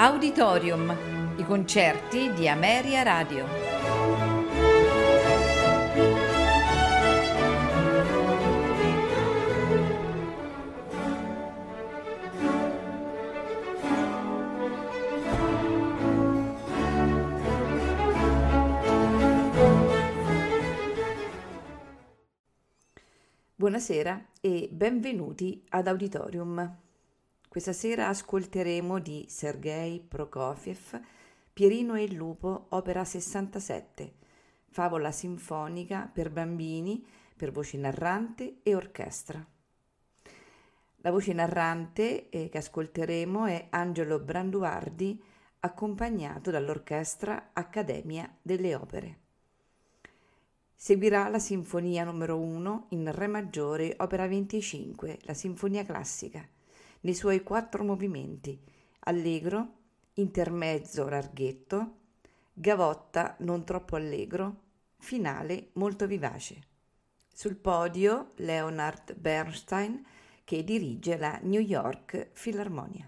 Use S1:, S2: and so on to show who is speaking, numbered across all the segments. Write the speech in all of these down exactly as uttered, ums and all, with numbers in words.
S1: Auditorium, i concerti di Ameria Radio. Buonasera e benvenuti ad Auditorium. Questa sera ascolteremo di Sergei Prokofiev Pierino e il lupo, opera sessantasette, favola sinfonica per bambini per voce narrante e orchestra. La voce narrante eh, che ascolteremo è Angelo Branduardi, accompagnato dall'orchestra Accademia delle Opere. Seguirà la Sinfonia numero uno in Re maggiore, opera venticinque, la Sinfonia classica, nei suoi quattro movimenti: allegro, intermezzo larghetto, gavotta non troppo allegro, finale molto vivace. Sul podio Leonard Bernstein, che dirige la New York Philharmonia.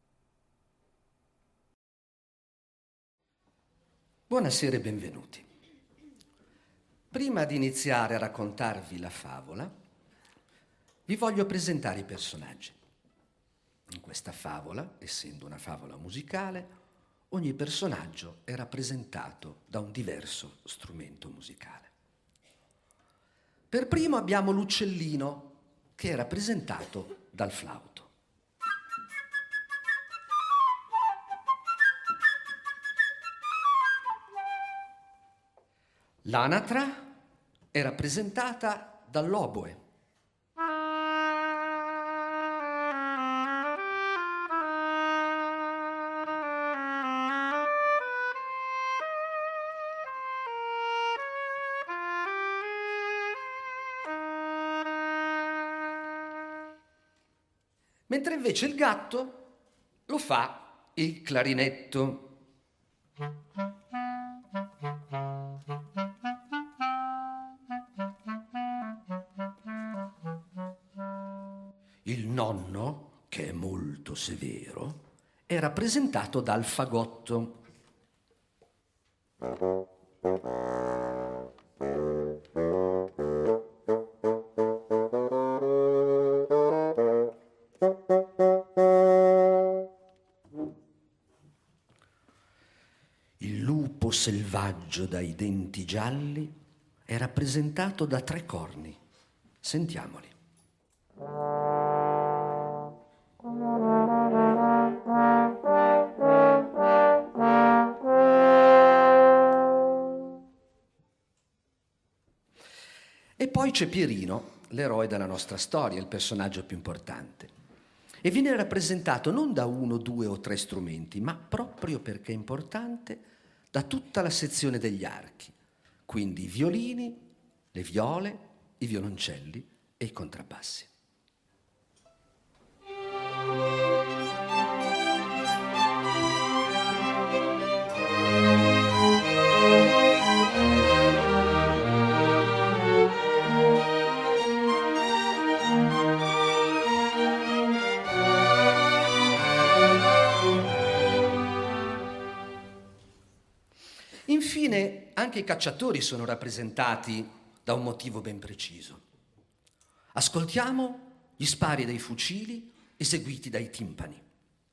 S2: Buonasera e benvenuti. Prima di iniziare a raccontarvi la favola, vi voglio presentare i personaggi. In questa favola, essendo una favola musicale, ogni personaggio è rappresentato da un diverso strumento musicale. Per primo abbiamo l'uccellino, che è rappresentato dal flauto. L'anatra è rappresentata dall'oboe. Mentre invece il gatto lo fa il clarinetto. Il nonno, che è molto severo, è rappresentato dal fagotto. Il lupo selvaggio dai denti gialli è rappresentato da tre corni. Sentiamoli. E poi c'è Pierino, l'eroe della nostra storia, il personaggio più importante. E viene rappresentato non da uno, due o tre strumenti, ma proprio perché è importante, da tutta la sezione degli archi. Quindi i violini, le viole, i violoncelli e i contrabbassi. Infine, anche i cacciatori sono rappresentati da un motivo ben preciso. Ascoltiamo gli spari dei fucili eseguiti dai timpani.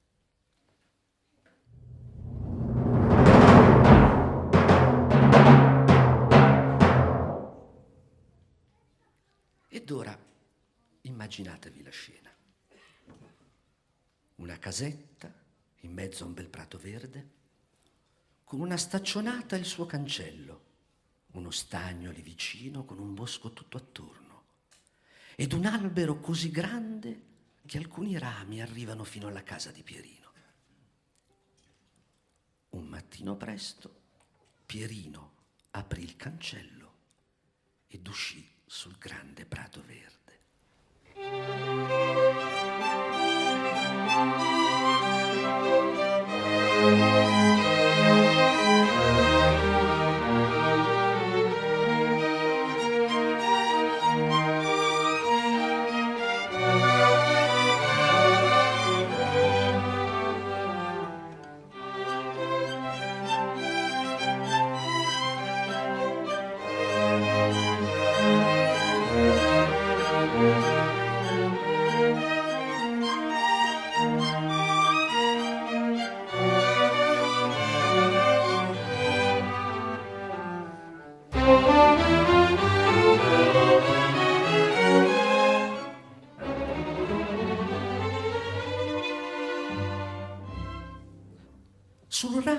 S2: Ed ora immaginatevi la scena. Una casetta in mezzo a un bel prato verde, con una staccionata al suo cancello, uno stagno lì vicino con un bosco tutto attorno ed un albero così grande che alcuni rami arrivano fino alla casa di Pierino. Un mattino presto Pierino aprì il cancello ed uscì sul grande prato verde.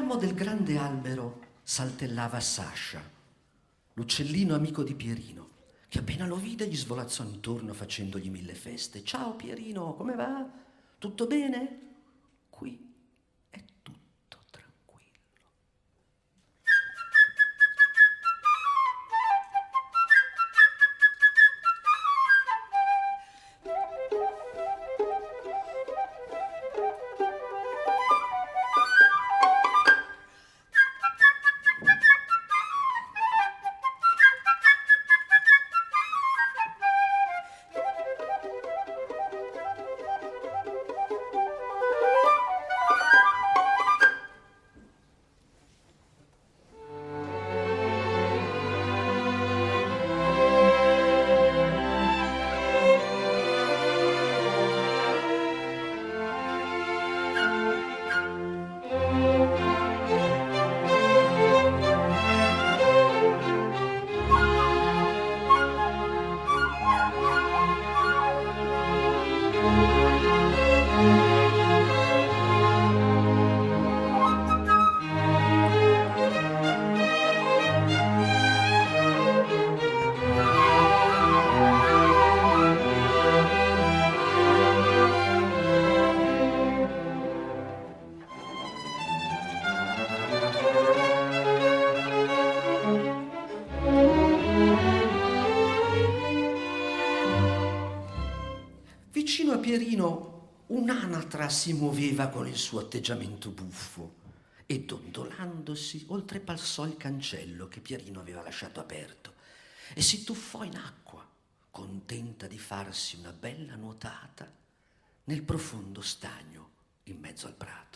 S2: ramo del grande albero saltellava Sasha, l'uccellino amico di Pierino, che appena lo vide gli svolazzò intorno facendogli mille feste. Ciao Pierino, come va? Tutto bene? Qui è tutto tranquillo. Vicino a Pierino un'anatra si muoveva con il suo atteggiamento buffo e dondolandosi oltrepassò il cancello che Pierino aveva lasciato aperto e si tuffò in acqua, contenta di farsi una bella nuotata nel profondo stagno in mezzo al prato.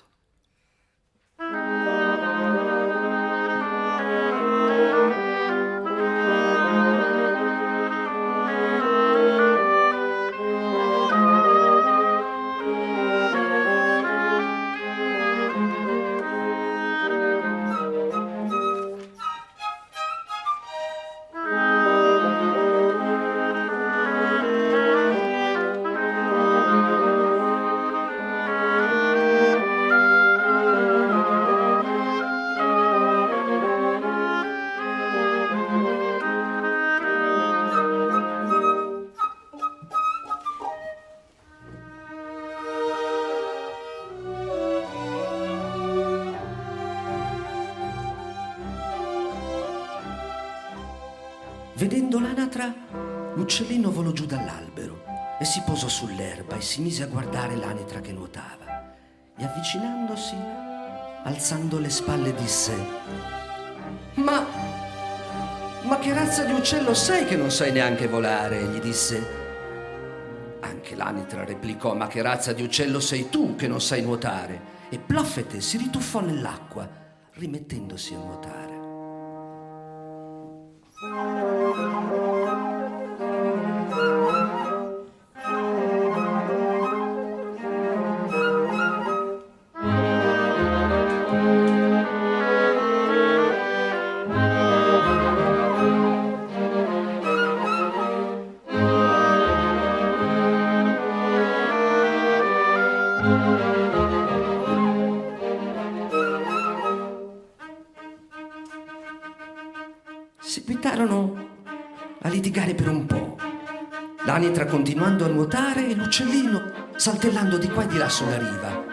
S2: Vedendo l'anatra, l'uccellino volò giù dall'albero e si posò sull'erba e si mise a guardare l'anitra che nuotava. E avvicinandosi, alzando le spalle, disse: Ma, ma che razza di uccello sei che non sai neanche volare? E gli disse. Anche l'anitra replicò: Ma che razza di uccello sei tu che non sai nuotare? E Pluffete si rituffò nell'acqua, rimettendosi a nuotare. Seguitarono a litigare per un po', l'anitra continuando a nuotare e l'uccellino saltellando di qua e di là sulla riva.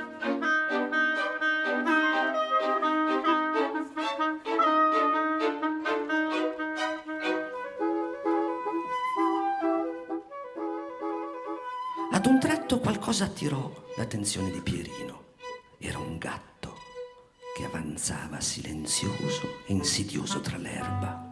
S2: Ad un tratto qualcosa attirò l'attenzione di Pierino. Era un gatto che avanzava silenzioso e insidioso tra l'erba.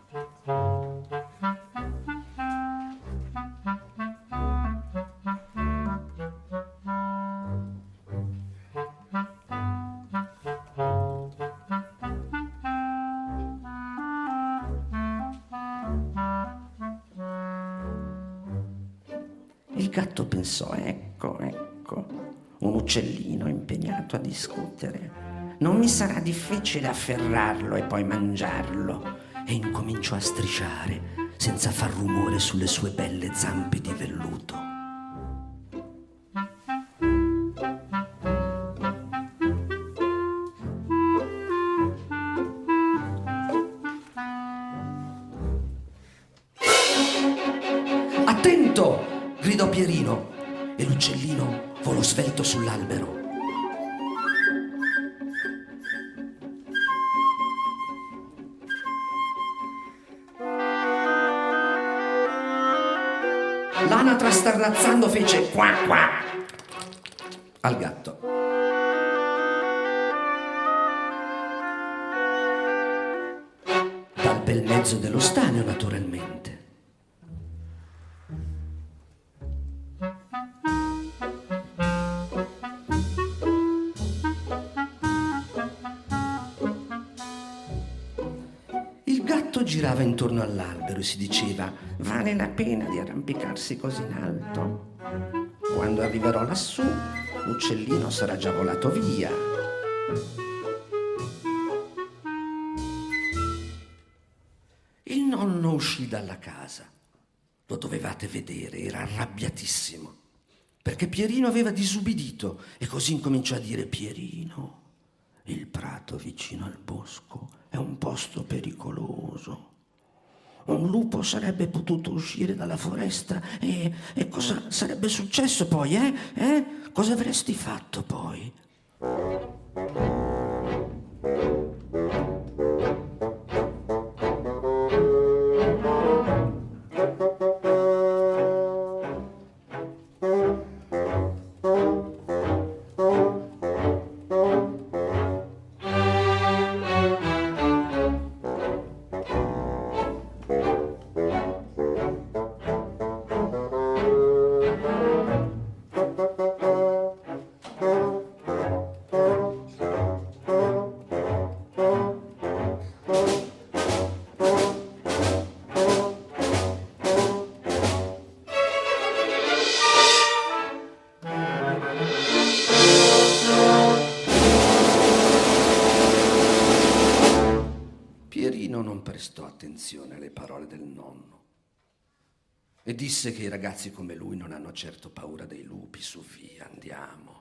S2: Il gatto pensò: ecco, ecco, un uccellino impegnato a discutere. Non mi sarà difficile afferrarlo e poi mangiarlo. E incominciò a strisciare senza far rumore sulle sue belle zampe di velluto. vento!» gridò Pierino, e l'uccellino volò svelto sull'albero. L'anatra, starnazzando, fece qua qua al gatto. Dal bel mezzo dello stagno, naturalmente. Il gatto girava intorno all'albero e si diceva: «Vale la pena di arrampicarsi così in alto? Quando arriverò lassù, l'uccellino sarà già volato via». Il nonno uscì dalla casa. Lo dovevate vedere, era arrabbiatissimo, perché Pierino aveva disubbidito, e così incominciò a dire: «Pierino, il prato vicino al bosco è un posto pericoloso. Un lupo sarebbe potuto uscire dalla foresta e, e cosa sarebbe successo poi, eh? Eh? Cosa avresti fatto poi?» Pierino non prestò attenzione alle parole del nonno e disse che i ragazzi come lui non hanno certo paura dei lupi. Su, via, andiamo.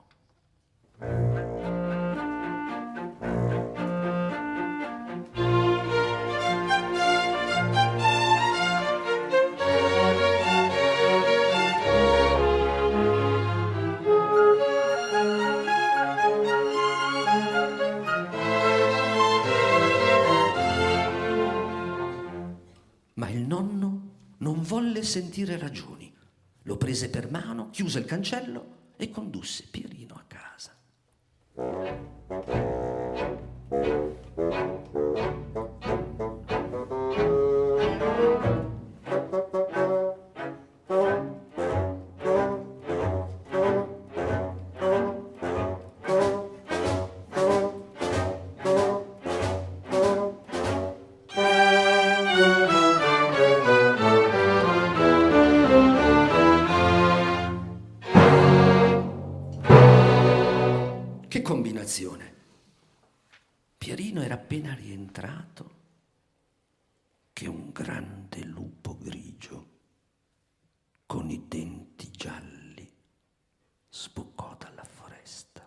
S2: Ma il nonno non volle sentire ragioni. Lo prese per mano, chiuse il cancello e condusse Pierino a casa. Che combinazione! Pierino era appena rientrato che un grande lupo grigio con i denti gialli sbucò dalla foresta.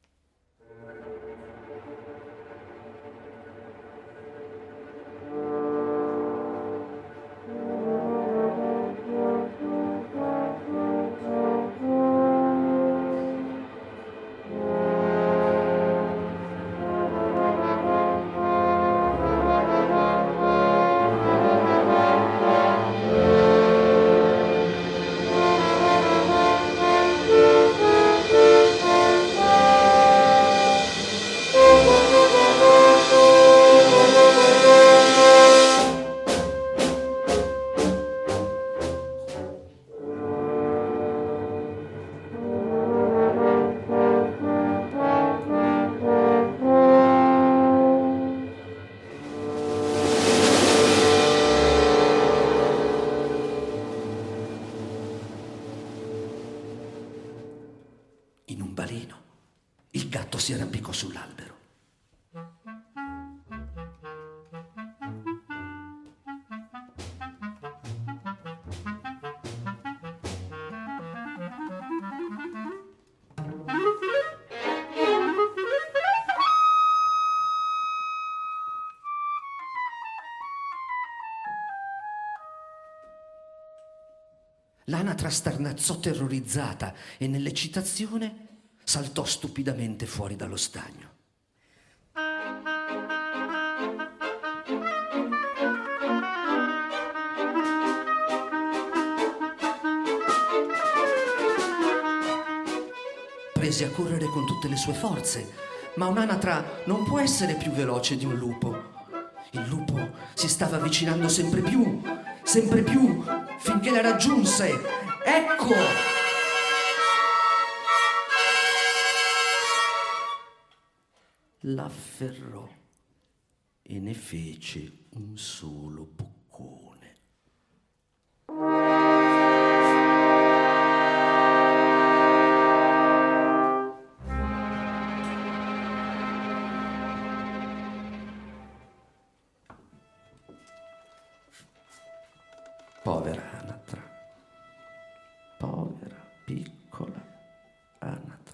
S2: In un baleno, il gatto si arrampicò sull'albero. l'anatra starnazzò terrorizzata e nell'eccitazione saltò stupidamente fuori dallo stagno. Prese a correre con tutte le sue forze, ma un'anatra non può essere più veloce di un lupo. Il lupo si stava avvicinando sempre più, sempre più, finché la raggiunse. Ecco! L'afferrò e ne fece un solo boccone. Povera anatra, povera piccola anatra.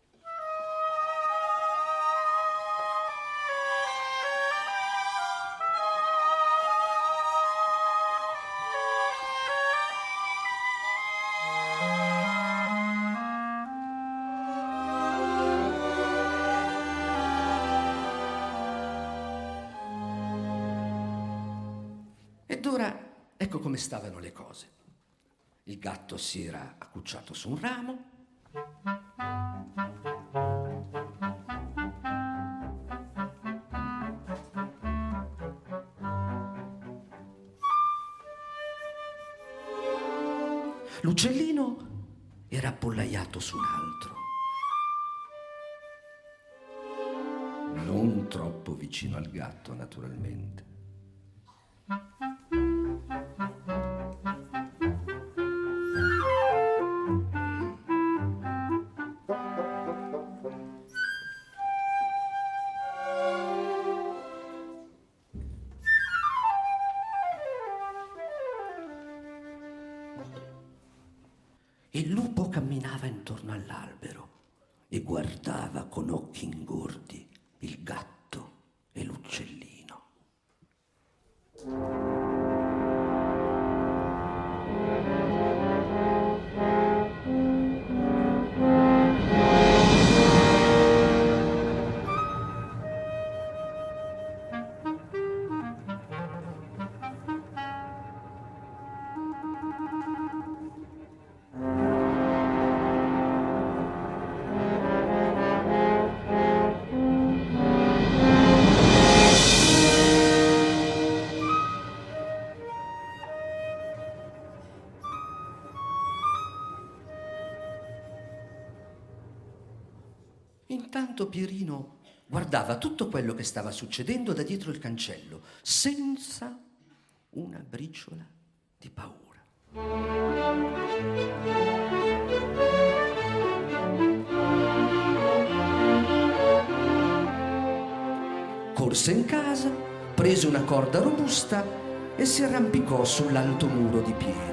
S2: Ed ora ecco come stavano le cose. Il gatto si era accucciato su un ramo. L'uccellino era appollaiato su un altro. Non troppo vicino al gatto, naturalmente. Il lupo camminava intorno all'albero e guardava con occhi ingordi il gatto e l'uccellino. Intanto Pierino guardava tutto quello che stava succedendo da dietro il cancello, senza una briciola di paura. Corse in casa, prese una corda robusta e si arrampicò sull'alto muro di pietra.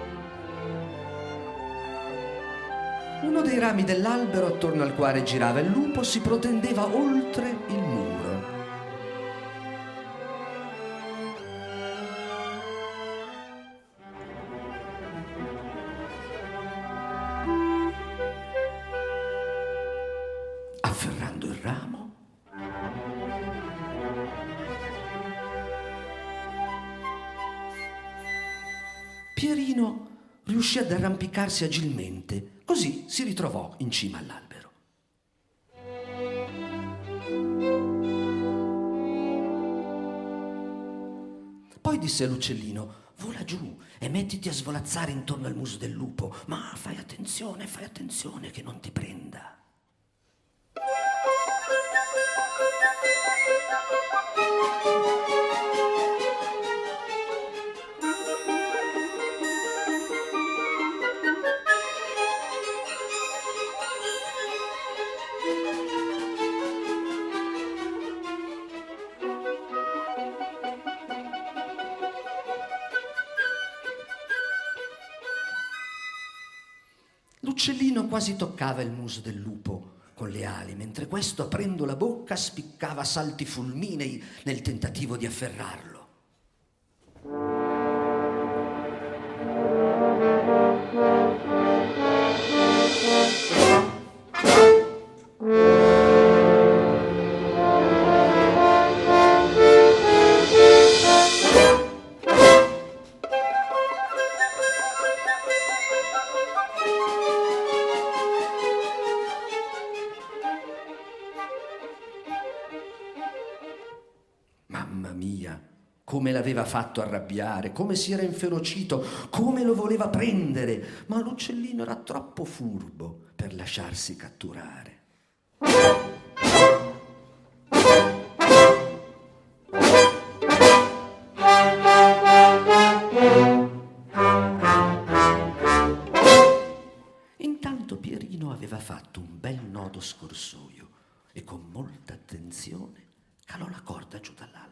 S2: Uno dei rami dell'albero attorno al quale girava il lupo si protendeva oltre il muro. Afferrando il ramo, Pierino riuscì ad arrampicarsi agilmente. Così si ritrovò in cima all'albero. Poi disse all'uccellino: vola giù e mettiti a svolazzare intorno al muso del lupo, ma fai attenzione, fai attenzione che non ti prenda. L'uccellino quasi toccava il muso del lupo con le ali, mentre questo, aprendo la bocca, spiccava salti fulminei nel tentativo di afferrarlo. come l'aveva fatto arrabbiare, come si era inferocito, come lo voleva prendere, ma l'uccellino era troppo furbo per lasciarsi catturare. Intanto Pierino aveva fatto un bel nodo scorsoio e con molta attenzione calò la corda giù dall'albero.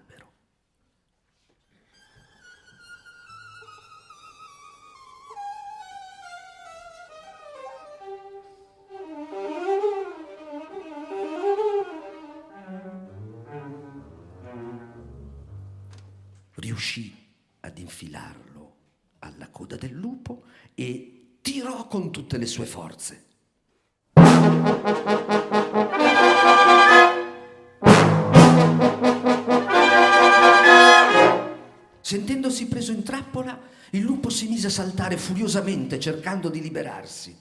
S2: Riuscì ad infilarlo alla coda del lupo e tirò con tutte le sue forze. Sentendosi preso in trappola, il lupo si mise a saltare furiosamente cercando di liberarsi.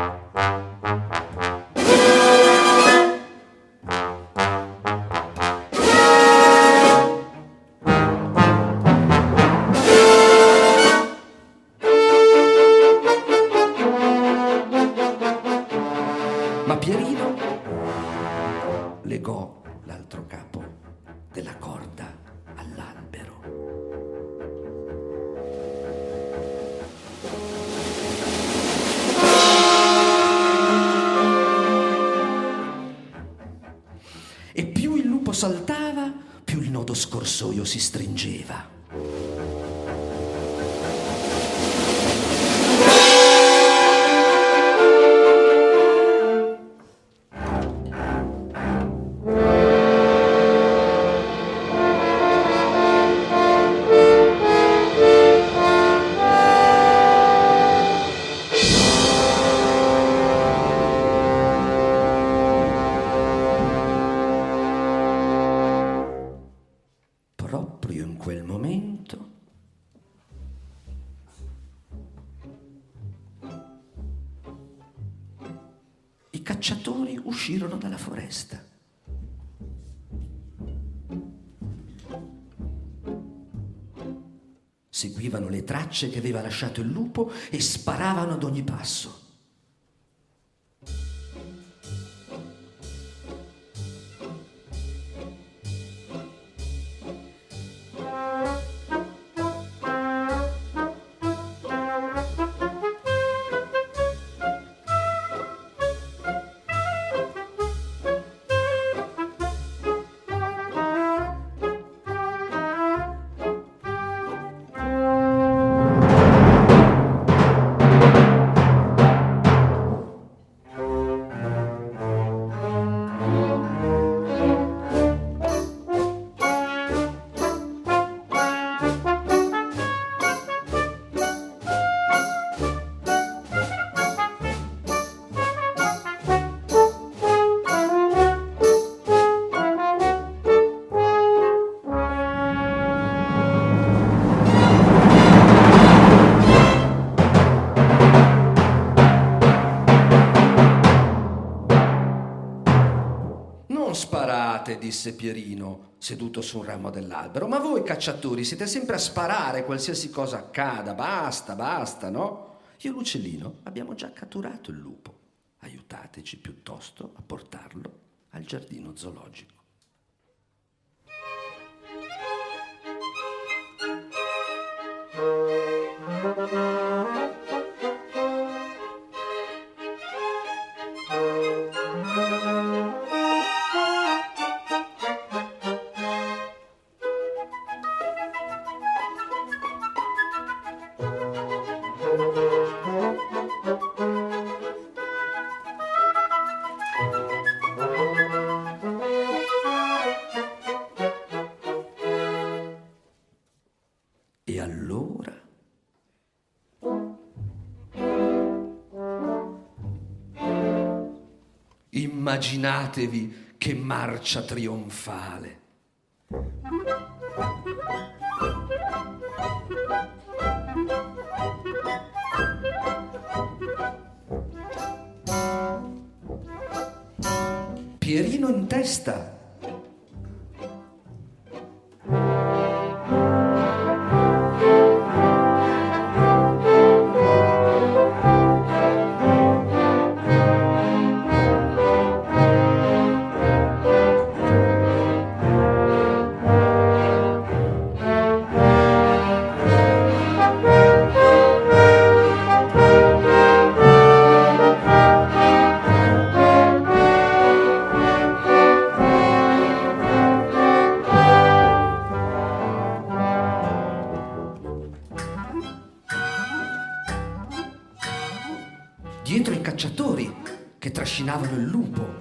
S2: Ma Pierino legò l'altro capo della corda all'albero. E più il lupo saltava, più il nodo scorsoio si stringeva. Proprio in quel momento i cacciatori uscirono dalla foresta. Seguivano le tracce che aveva lasciato il lupo e sparavano ad ogni passo. Non sparate, disse Pierino, seduto su un ramo dell'albero. Ma voi cacciatori siete sempre a sparare qualsiasi cosa accada. Basta, basta, no? Io e l'uccellino abbiamo già catturato il lupo. Aiutateci piuttosto a portarlo al giardino zoologico. E allora immaginatevi che marcia trionfale. Pierino in testa. dietro i cacciatori che trascinavano il lupo.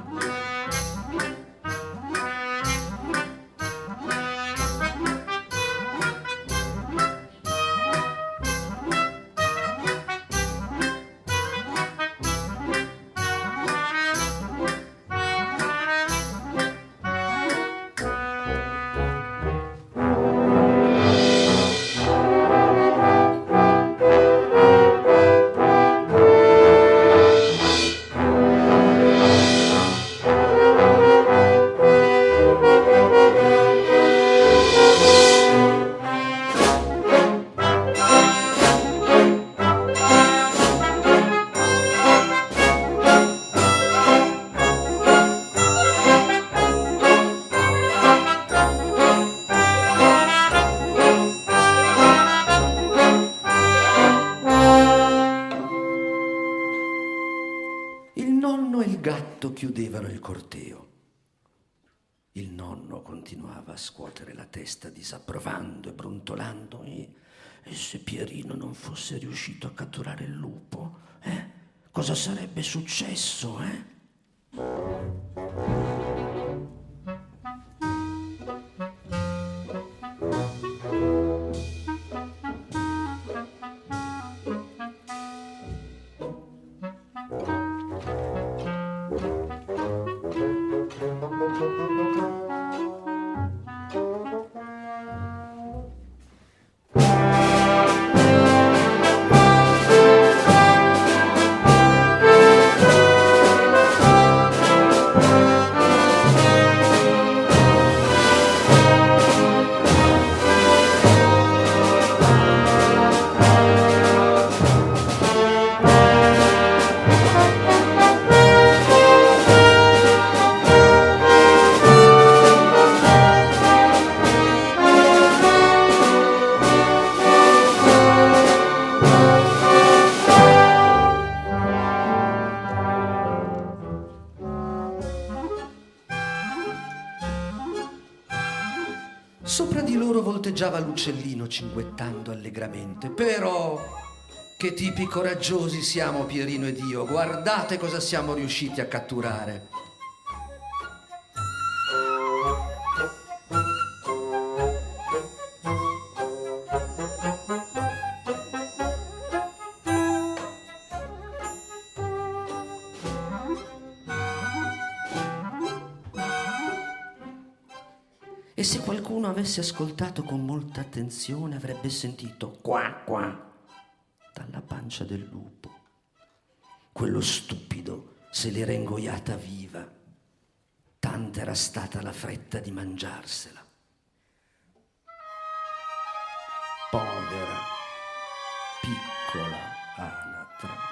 S2: Chiudevano il corteo. Il nonno continuava a scuotere la testa disapprovando e brontolando. E, e se Pierino non fosse riuscito a catturare il lupo, eh? Cosa sarebbe successo, eh? Sopra di loro volteggiava l'uccellino cinguettando allegramente. Però che tipi coraggiosi siamo Pierino ed io, guardate cosa siamo riusciti a catturare. E se qualcuno avesse ascoltato con molta attenzione avrebbe sentito qua qua dalla pancia del lupo. Quello stupido se l'era ingoiata viva, tanta era stata la fretta di mangiarsela. Povera, piccola anatra.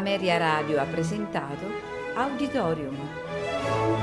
S1: Ameria Radio ha presentato Auditorium.